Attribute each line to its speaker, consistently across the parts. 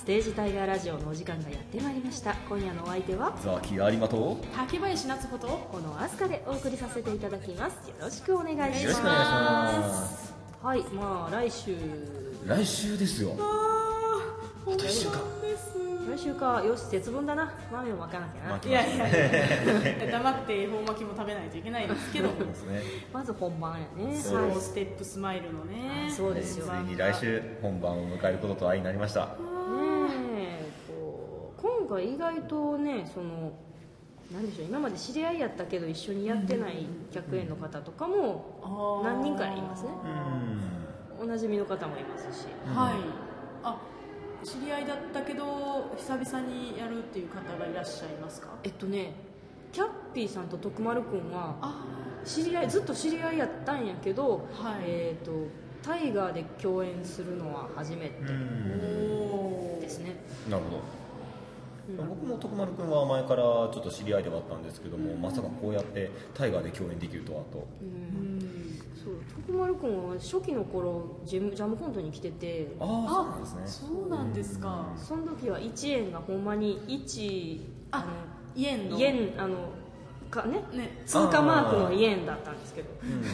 Speaker 1: テージタイガーラジオのお時間がやってまいりました。今夜のお相手は
Speaker 2: ザキ有馬と
Speaker 3: 竹林夏子と
Speaker 1: このアスカでお送りさせていただきます。よろしくお願いします。
Speaker 2: よろしくお願いします。
Speaker 1: はい、まあ来週
Speaker 2: ですよ。あと1週間。
Speaker 1: 来週か。よし、節分だな。豆をまかなきゃな。
Speaker 3: いやいやいや黙って恵方巻きも食べないといけないですけど
Speaker 2: ですね。
Speaker 1: まず本番やね。
Speaker 3: そう、はい、ステップスマイルのね。
Speaker 1: そうですよ。
Speaker 2: ついに来週本番を迎えることと愛になりました。
Speaker 1: ねえ、今回意外とね、なんでしょう、今まで知り合いやったけど一緒にやってない客演の方とかも何人かいますね。おなじみの方もいますし、
Speaker 3: はい。あ、知り合いだったけど久々にやるっていう方がいらっしゃいますか？
Speaker 1: キャッピーさんと徳丸くんはずっと知り合いやったんやけど、はい、タイガーで共演するのは初めてですね。
Speaker 2: なるほど。僕も徳丸くんは前からちょっと知り合いではあったんですけども、まさかこうやってタイガーで共演できるとはと。
Speaker 1: そう、徳丸くんは初期の頃ジャムコントに来てて、
Speaker 2: そうなんですね。
Speaker 3: そうなんですか。
Speaker 1: その時は1円がほんまにイエンの通貨マークのイエンだったんですけど、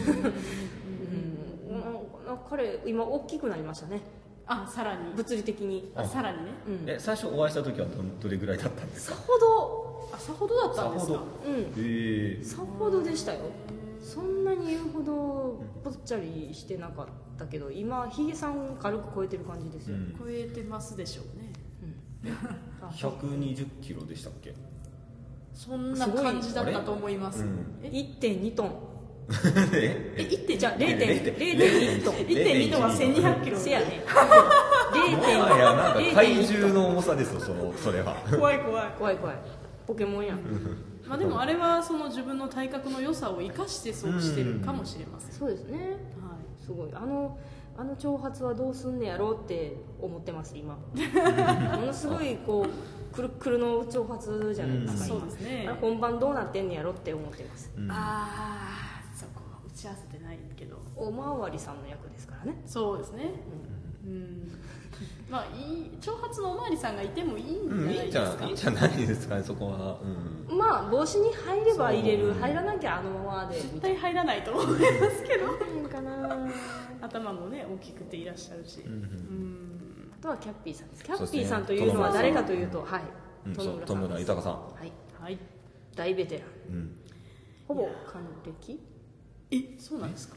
Speaker 1: 彼今大きくなりましたね。
Speaker 3: さらに
Speaker 1: 物理的に
Speaker 3: さらにね、
Speaker 2: 最初お会いした時はどれぐらいだったんですか？
Speaker 1: さほどだったんですか？さほどでしたよ。そんなに言うほどぽっちゃりしてなかったけど、今ヒゲさん軽く超えてる感じですよ。
Speaker 3: 超えてますでしょうね。
Speaker 2: 120キロでしたっけ？
Speaker 3: そんな感じだったと思います。
Speaker 1: 1.2 トン
Speaker 3: じゃあ
Speaker 1: 0.2 トン
Speaker 3: 1.2 トンは1200キロ
Speaker 1: せやね。
Speaker 2: なんか体重の重さですよ、それは。
Speaker 3: 怖い
Speaker 1: ポケモンやん。
Speaker 3: まあでもあれはその自分の体格の良さを生かしてそうしてるかもしれません。
Speaker 1: そうですね、はい、すごい。あの長髪はどうすんねやろうって思ってます今。ものすごいくるくるの長髪じゃないですか。
Speaker 3: そうですね。
Speaker 1: 本番どうなってんねやろって思ってます。
Speaker 3: そこは打ち合わせてないけど、
Speaker 1: おまわりさんの役ですからね。
Speaker 3: そうですね。まあ長髪のおまわりさんがいてもいいんじゃないですか？
Speaker 2: いいんじゃないですかね、そこは。
Speaker 1: まあ帽子に入れば入れる、入らなきゃあのままで
Speaker 3: 絶対入らないと思いますけど。頭もね大きくていらっしゃるし。
Speaker 1: あとはキャッピーさんです。キャッピーさんというのは誰かというと、はい、
Speaker 2: 戸村豊さん。
Speaker 1: はい、大ベテラン。ほぼ還暦。
Speaker 3: そうなんですか？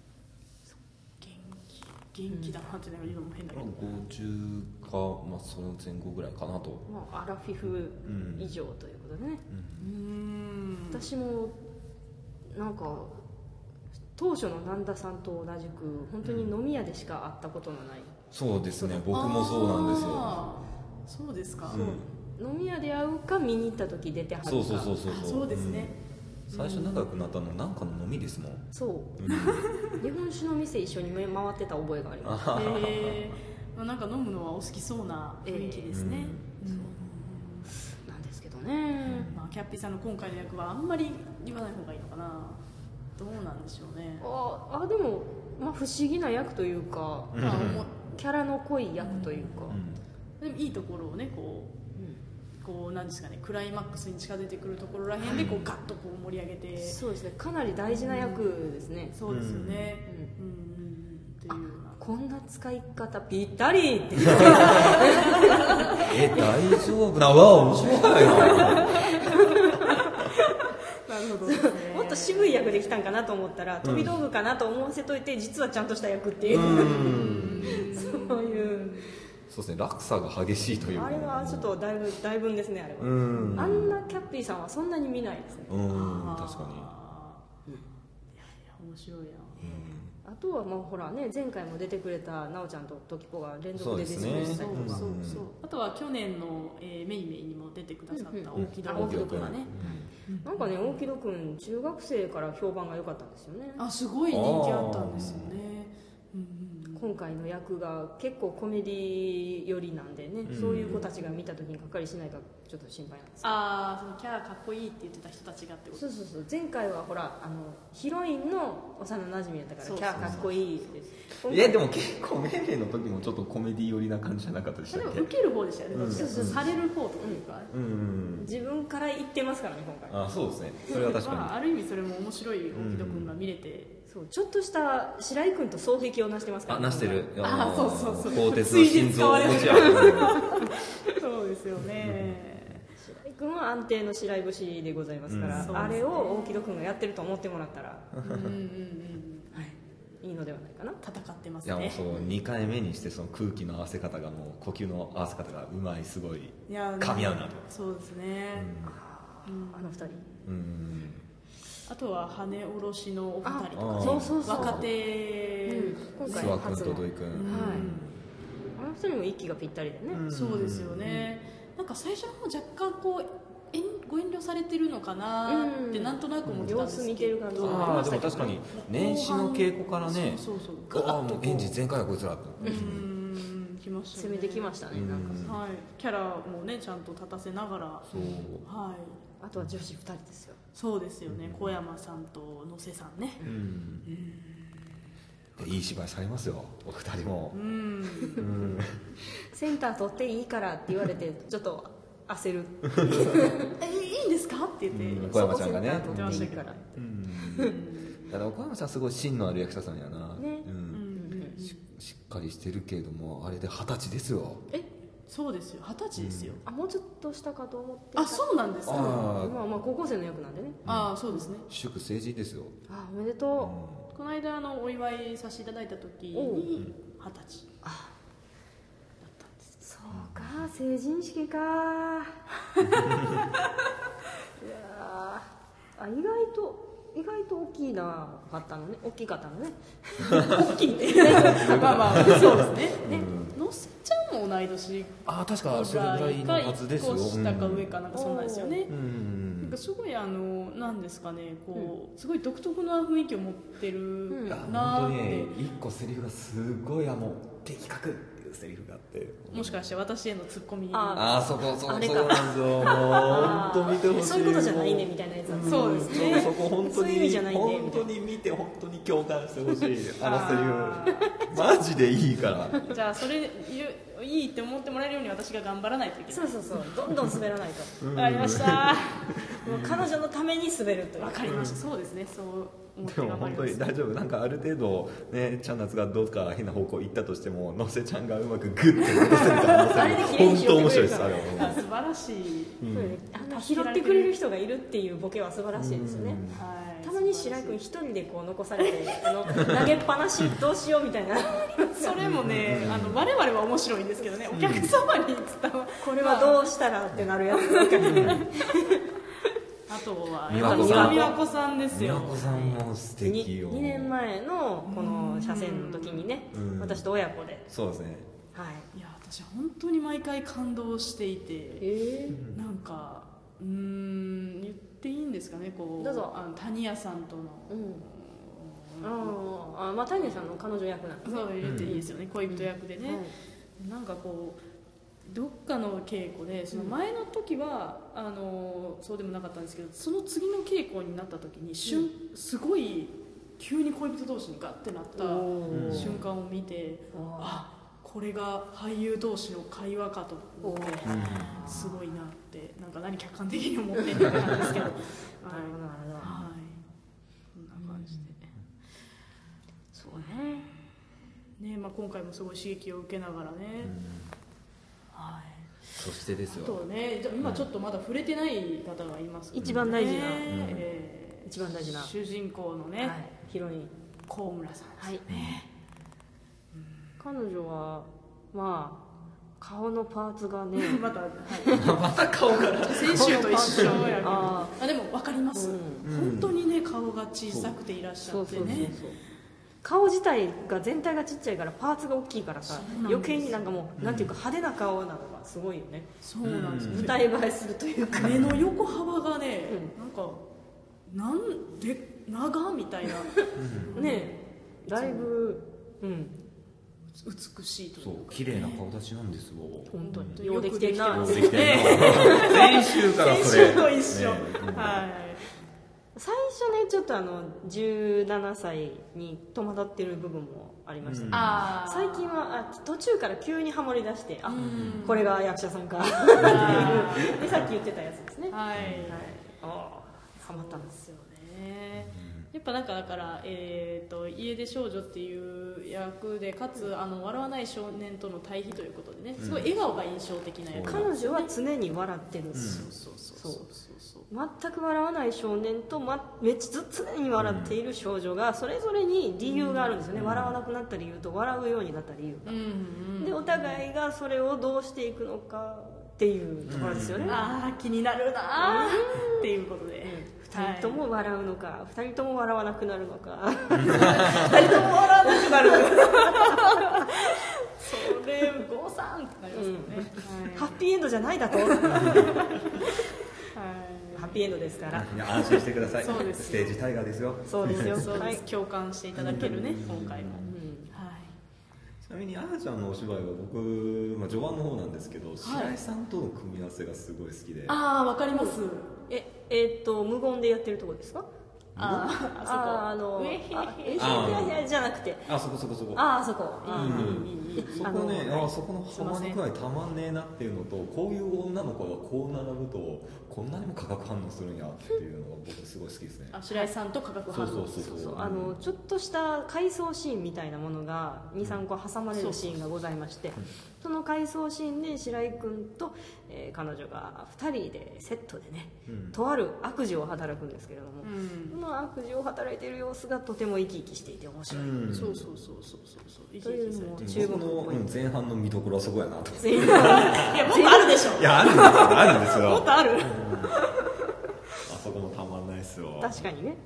Speaker 3: 元気だなって言うのも変だけど、
Speaker 2: 50か、その前後ぐらいかなと。
Speaker 1: アラフィフ以上ということでね。私もなんか当初の南田さんと同じく本当に飲み屋でしか会ったことのない。
Speaker 2: そうですね、僕もそうなんですよ。
Speaker 3: そうですか。
Speaker 1: 飲み屋で会うか見に行った時出てはるか。
Speaker 3: そうですね。
Speaker 2: 最初仲良くなったのなんかの飲みですもん。
Speaker 1: そう、日本酒の店一緒に回ってた覚えがあります。
Speaker 3: なんか飲むのはお好きそうな雰囲気ですね。
Speaker 1: なんですけどね。
Speaker 3: キャッピーさんの今回の役はあんまり言わない方がいいのかな。どうなんでしょうね。
Speaker 1: でも不思議な役というか、キャラの濃い役というか、
Speaker 3: でもいいところをねなんですかね、クライマックスに近づいてくるところらへんでガッと盛り上げて、
Speaker 1: そうですね、かなり大事な役ですね。
Speaker 3: そうですよね。
Speaker 1: っていうこんな使い方ぴったりって。
Speaker 2: 大丈夫な面白いな。
Speaker 3: なるほど。
Speaker 1: もっと渋い役できたんかなと思ったら、飛び道具かなと思わせといて実はちゃんとした役っていう。そういう。
Speaker 2: そうですね、落差が激しいという。
Speaker 1: あれはちょっとだいぶんですね、あれは。あんなキャッピーさんはそんなに見ないですね。
Speaker 2: 確かに。
Speaker 3: 面白いな。
Speaker 1: あとはほらね、前回も出てくれた奈緒ちゃんと時子が連続で出てくれたりとか。
Speaker 3: あとは去年のメイメイにも出てくださった大木戸君がね。
Speaker 1: なんかね、大木戸君中学生から評判が良かったんですよね。
Speaker 3: すごい人気あったんですよね。
Speaker 1: 今回の役が結構コメディ寄りなんでね、そういう子たちが見た時にがっかりしないかちょっと心配なんですけど、
Speaker 3: そのキャラかっこいいって言ってた人たちがってこと。
Speaker 1: そうそうそう、前回はほらヒロインの幼なじみやったからキャラかっこいい
Speaker 2: でも結構メイメイの時もちょっとコメディ寄りな感じじゃなかったでしたっけ。
Speaker 3: でも受ける方でしたよね、される方というか、
Speaker 1: 自分から言ってますからね今回。
Speaker 2: そうですね、それは確かに、
Speaker 3: ある意味それも面白い大木戸君が見れて、
Speaker 1: そうちょっとした白井君と双璧をなしてますから、
Speaker 2: なしてる。
Speaker 3: そう
Speaker 2: 鋼鉄の心臓を持ち合う。
Speaker 3: そうですよね。
Speaker 1: 白井君は安定の白井節でございますから、あれを大木戸君がやってると思ってもらったら、いいのではないかな。
Speaker 3: 戦ってます
Speaker 2: いやもう
Speaker 3: ね。
Speaker 2: そう2回目にしてその空気の合わせ方がもう呼吸の合わせ方がうまい、すごい噛み合うなと。
Speaker 3: そうですね。
Speaker 1: あの二人。
Speaker 3: あとは羽下ろしのお二人とかね、
Speaker 1: そう
Speaker 3: 若手、
Speaker 1: 今
Speaker 2: 諏訪君と土井君、
Speaker 1: あの二人も息がぴったりでね。
Speaker 3: そうですよね。なんか最初の方若干こうご遠慮されてるのかなってなんとなく思ってたんですけど、
Speaker 1: 様子見てる感じ。
Speaker 2: でも確かに年始の稽古からね、
Speaker 3: も
Speaker 2: うエンジン全開はこいつらと
Speaker 3: 来ましたね。
Speaker 1: 攻めてきましたね。なんか
Speaker 3: はい、キャラもねちゃんと立たせながら、はい。
Speaker 1: あとは女子2人ですよ。
Speaker 3: そうですよね。小山さんと野瀬さんね。
Speaker 2: いい芝居されますよお二人も。
Speaker 1: センター取っていいからって言われてちょっと焦る。
Speaker 3: いいんですかって言って
Speaker 2: 小山ちゃんがね
Speaker 1: センター取っていいから。
Speaker 2: だから小山さんすごい芯のある役者さんやな。
Speaker 1: ね。
Speaker 2: しっかりしてるけれども、あれで20歳ですよ。
Speaker 3: そうですよ、20歳ですよ。
Speaker 1: もうちょっとしたかと思ってた。
Speaker 3: そうなんですか。
Speaker 1: まあ高校生の役なんでね。
Speaker 3: そうですね。
Speaker 2: 祝成人ですよ。
Speaker 1: おめでと
Speaker 3: う。この間お祝いさせていただいた時に20歳だったんです。
Speaker 1: そうか、成人式か。いや意外と大きいなかったのね、大きかったのね。
Speaker 3: 大きいね。まあそうですね。のせちゃんも同い年。
Speaker 2: 確かそれぐらいのはずですよ。
Speaker 3: 1個下か上かなんかそんなんですよね。なんかすごいなんですかね、こうすごい独特な雰囲気を持ってるな
Speaker 2: 本当に一個セリフがすごい的確っていうセリフがあって、
Speaker 3: もしかして私へのツッコミ。
Speaker 2: そうなんですよ。もう本当見てほしい。
Speaker 1: そういうことじゃないねみたいなやつ。
Speaker 3: そうですね。
Speaker 2: そこ本当に
Speaker 1: そういう意味じゃないね
Speaker 2: 本当に見て本当に共感してほしい。セリフマジでいいから。
Speaker 3: じゃあそれいいって思ってもらえるように私が頑張らないといけない。
Speaker 1: そうどんどん滑らないと。
Speaker 3: わかりました。
Speaker 1: もう彼女のために滑るという。
Speaker 3: わかりました。そうですね。そう思って
Speaker 2: でも本当に大丈夫。なんかある程度ね、チャンナツがどうか変な方向行ったとしても、のせちゃんがうまくグッて戻せるから、本当面白いです。あれは
Speaker 3: 素晴らしい。
Speaker 1: 拾ってくれる人がいるっていうボケは素晴らしいですね。たまに白井君一人でこう残されて投げっぱなしどうしようみたいな。
Speaker 3: それもね、我々は面白いんですけどね、お客様に伝わる、
Speaker 1: これはどうしたらってなるやつ。
Speaker 3: あとは
Speaker 2: 美和
Speaker 3: 子さんですよ。
Speaker 2: 美和子さんも素敵よ。
Speaker 1: 2年前のこの車線の時にね、私と親子で。
Speaker 2: そうですね。
Speaker 3: いや私本当に毎回感動していて、なんか言っていいんですかね、こう
Speaker 1: どうぞ。
Speaker 3: 谷谷さんとの、
Speaker 1: 谷谷さんの彼女役なんですね。
Speaker 3: そう言っていいですよね、恋人役でね。なんかこうどっかの稽古でその前の時はそうでもなかったんですけど、その次の稽古になった時にすごい急に恋人同士にガッてなった瞬間を見て、これが俳優同士の会話かと思って、すごいなって何客観的に思ってるんですけど、こんな感じで、そうね、今回もすごい刺激を受けながらね。
Speaker 2: そしてですよ。
Speaker 3: あとね、今ちょっとまだ触れてない方がいます、
Speaker 1: 一番大事な、
Speaker 3: 一番大事な主人公のね、
Speaker 1: ヒロイン
Speaker 3: 高村さんですね。
Speaker 1: 彼女は顔のパーツがね
Speaker 3: また顔が先週と一緒やけど、でも分かります。本当にね顔が小さくていらっしゃってね。
Speaker 1: 顔自体が全体がちっちゃいからパーツが大きいからさ、余計にもうなんていうか派手な顔なのがすごいよね。
Speaker 3: そうなんですよ。
Speaker 1: 舞台映えするというか、
Speaker 3: 目の横幅がね、なんで長みたいな
Speaker 1: ね、だいぶ
Speaker 3: 美しいというか、
Speaker 2: そう綺麗な顔立ちなんですよ。
Speaker 1: 本当にようできてるな。
Speaker 2: ようできてるな。先週からそれ。
Speaker 3: 先週と一緒。
Speaker 2: ね
Speaker 3: はい。
Speaker 1: 最初ねちょっと17歳に戸惑ってる部分もありました、
Speaker 3: あー
Speaker 1: 最近は途中から急にハモり出してこれが役者さんかでさっき言ってたやつですね。
Speaker 3: はい、
Speaker 1: ハマったんですよ
Speaker 3: ね。やっぱなんかだから、家出少女っていう役でかつ笑わない少年との対比ということでね、すごい笑顔が印象的な役、
Speaker 1: 彼女は常に笑ってるんですよ、全く笑わない少年と、めっちゃ常に笑っている少女がそれぞれに理由があるんですよね、笑わなくなった理由と笑うようになった理由が、でお互いがそれをどうしていくのかっていうところですよね、
Speaker 3: ああ気になるなっていうことで、
Speaker 1: 2人とも笑うのか、2人とも笑わなくなるのか
Speaker 3: 2人とも笑わなくなるそれ誤算ってなりますよね、
Speaker 1: ハッピーエンドじゃないだとハッピーエンドですから。
Speaker 2: いや安心してください。
Speaker 3: そうです
Speaker 2: ステージタイガーですよ。
Speaker 1: そうですよ。
Speaker 3: そうです、共感していただけるね、今回も。
Speaker 2: ちなみにあーちゃんのお芝居は僕、序盤の方なんですけど、白井さんとの組み合わせがすごい好きで。
Speaker 3: ああわかります。
Speaker 1: 無言でやってるとこですか？じゃなくて、
Speaker 2: そこ。
Speaker 1: そこ。
Speaker 2: そこね、そこのハマり具合たまんねえなっていうのと、こういう女の子がこう並ぶとこんなにも化学反応するんやっていうのが僕すごい好きですね。
Speaker 3: 白井さんと化学反応。
Speaker 1: そうちょっとした回想シーンみたいなものが 2,3 個挟まれるシーンがございまして、その回想シーンで白井君と、彼女が2人でセットでね、とある悪事を働くんですけれども、その悪事を働いている様子がとても生き生きしていて面白い。
Speaker 3: そう
Speaker 1: というのも
Speaker 2: 注目の前半の見どころはそこやなと。
Speaker 3: いやもっとあるでしょ。
Speaker 2: いやあるんですよ。
Speaker 3: もっとある。
Speaker 2: あそこもたまんないですよ。
Speaker 1: 確かにね。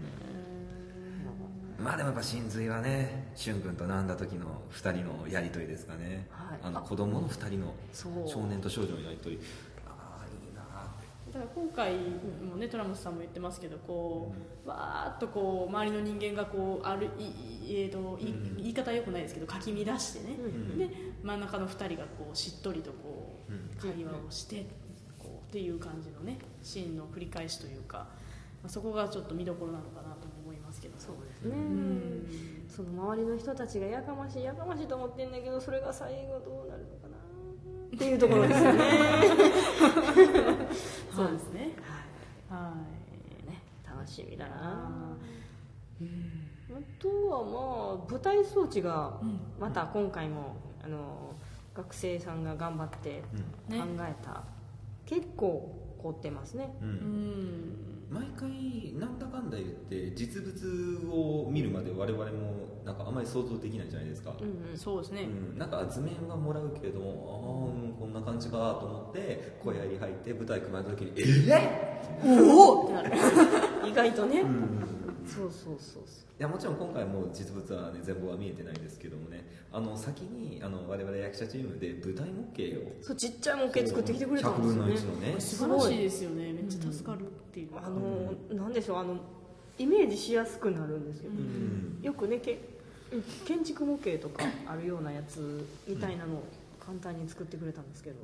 Speaker 2: でもやっぱ真髄はね、俊君となんだ時の2人のやり取りですかね、子供の2人の少年と少女のやり取り、いいな
Speaker 3: だから今回もね、トラモスさんも言ってますけど、こうわーっとこう周りの人間がこう言い方はよくないですけどかき乱してね、で真ん中の2人がこうしっとりとこう会話をしてこうっていう感じのねシーンの繰り返しというか、そこがちょっと見どころなのかなと思いますけど。
Speaker 1: そうですね。その周りの人たちがやかましいと思ってんだけど、それが最後どうなるのかなっていうところですよね。
Speaker 3: そうですね。
Speaker 1: 楽しみだな。あとは舞台装置がまた今回も学生さんが頑張って考えた、結構凝ってますね。
Speaker 2: 毎回なんだかんだ言って実物を見るまで我々もなんかあまり想像できないじゃないですか。
Speaker 3: そうですね。
Speaker 2: なんか図面はもらうけれども、こんな感じかと思って小屋に入って舞台組まれた時に
Speaker 3: おおってなる。
Speaker 1: 意外とね。そう
Speaker 2: いやもちろん今回も実物はね全部は見えてないですけどもね、先に我々役者チームで舞台模型を
Speaker 1: ちっちゃい模型作ってきてくれたんですよね。
Speaker 2: 100分の1のね、
Speaker 3: 素晴らしいですよね。めっちゃ助かるっていう。
Speaker 1: なんでしょう、イメージしやすくなるんですよ。よくね建築模型とかあるようなやつみたいなのを簡単に作ってくれたんですけど、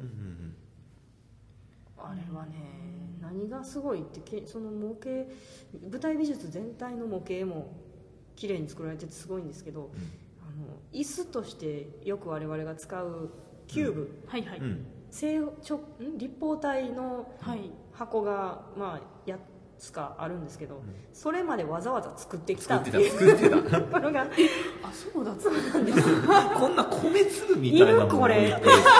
Speaker 1: あれはね何がすごいってその模型、舞台美術全体の模型も綺麗に作られててすごいんですけど、椅子としてよく我々が使うキューブ、立方体の箱が8つかあるんですけど、それまでわざわざ作ってきたっていうところが
Speaker 3: そうだった
Speaker 1: んです
Speaker 2: こんな米粒みたいなものを置いて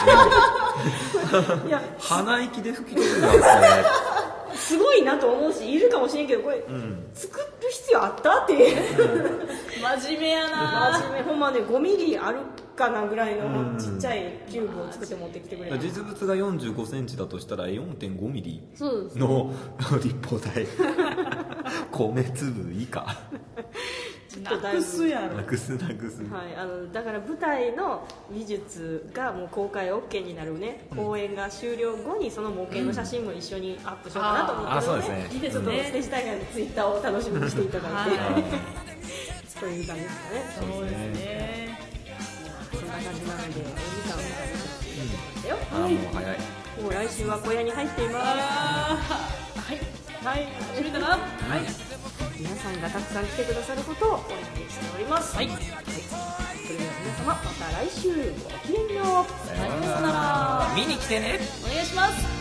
Speaker 2: 鼻息で吹き飛ぶんだ
Speaker 1: すごいなと思うし、いるかもしれんけどこれ、作る必要あったっていう
Speaker 3: 真面目やな。
Speaker 1: 真面目。ほんまね5ミリあるかなぐらいのちっちゃいキューブを作って持ってきてくれた。
Speaker 2: 実物が45センチだとしたら 4.5 ミリの立方体米粒以下
Speaker 3: なくすやろ。
Speaker 2: なくす、
Speaker 1: だから舞台の美術がもう公開 OK になるね、公演が終了後にその模型の写真も一緒にアップしようかなと思ってるので、ちょっとステージ大会のツイッターを楽しみにしていただいてという感じですかね。
Speaker 3: そうですね。
Speaker 1: のでお時間が出てよ、
Speaker 2: もう早い。
Speaker 1: もう来週は小屋に入っています。
Speaker 3: はいはい、楽しみだな。はい、
Speaker 1: 皆さんがたくさん来てくださることをお願いしております。はい、それでは皆様また来週ごきげんよう。
Speaker 3: さようなら。
Speaker 2: 見に来てね。
Speaker 3: お願いします。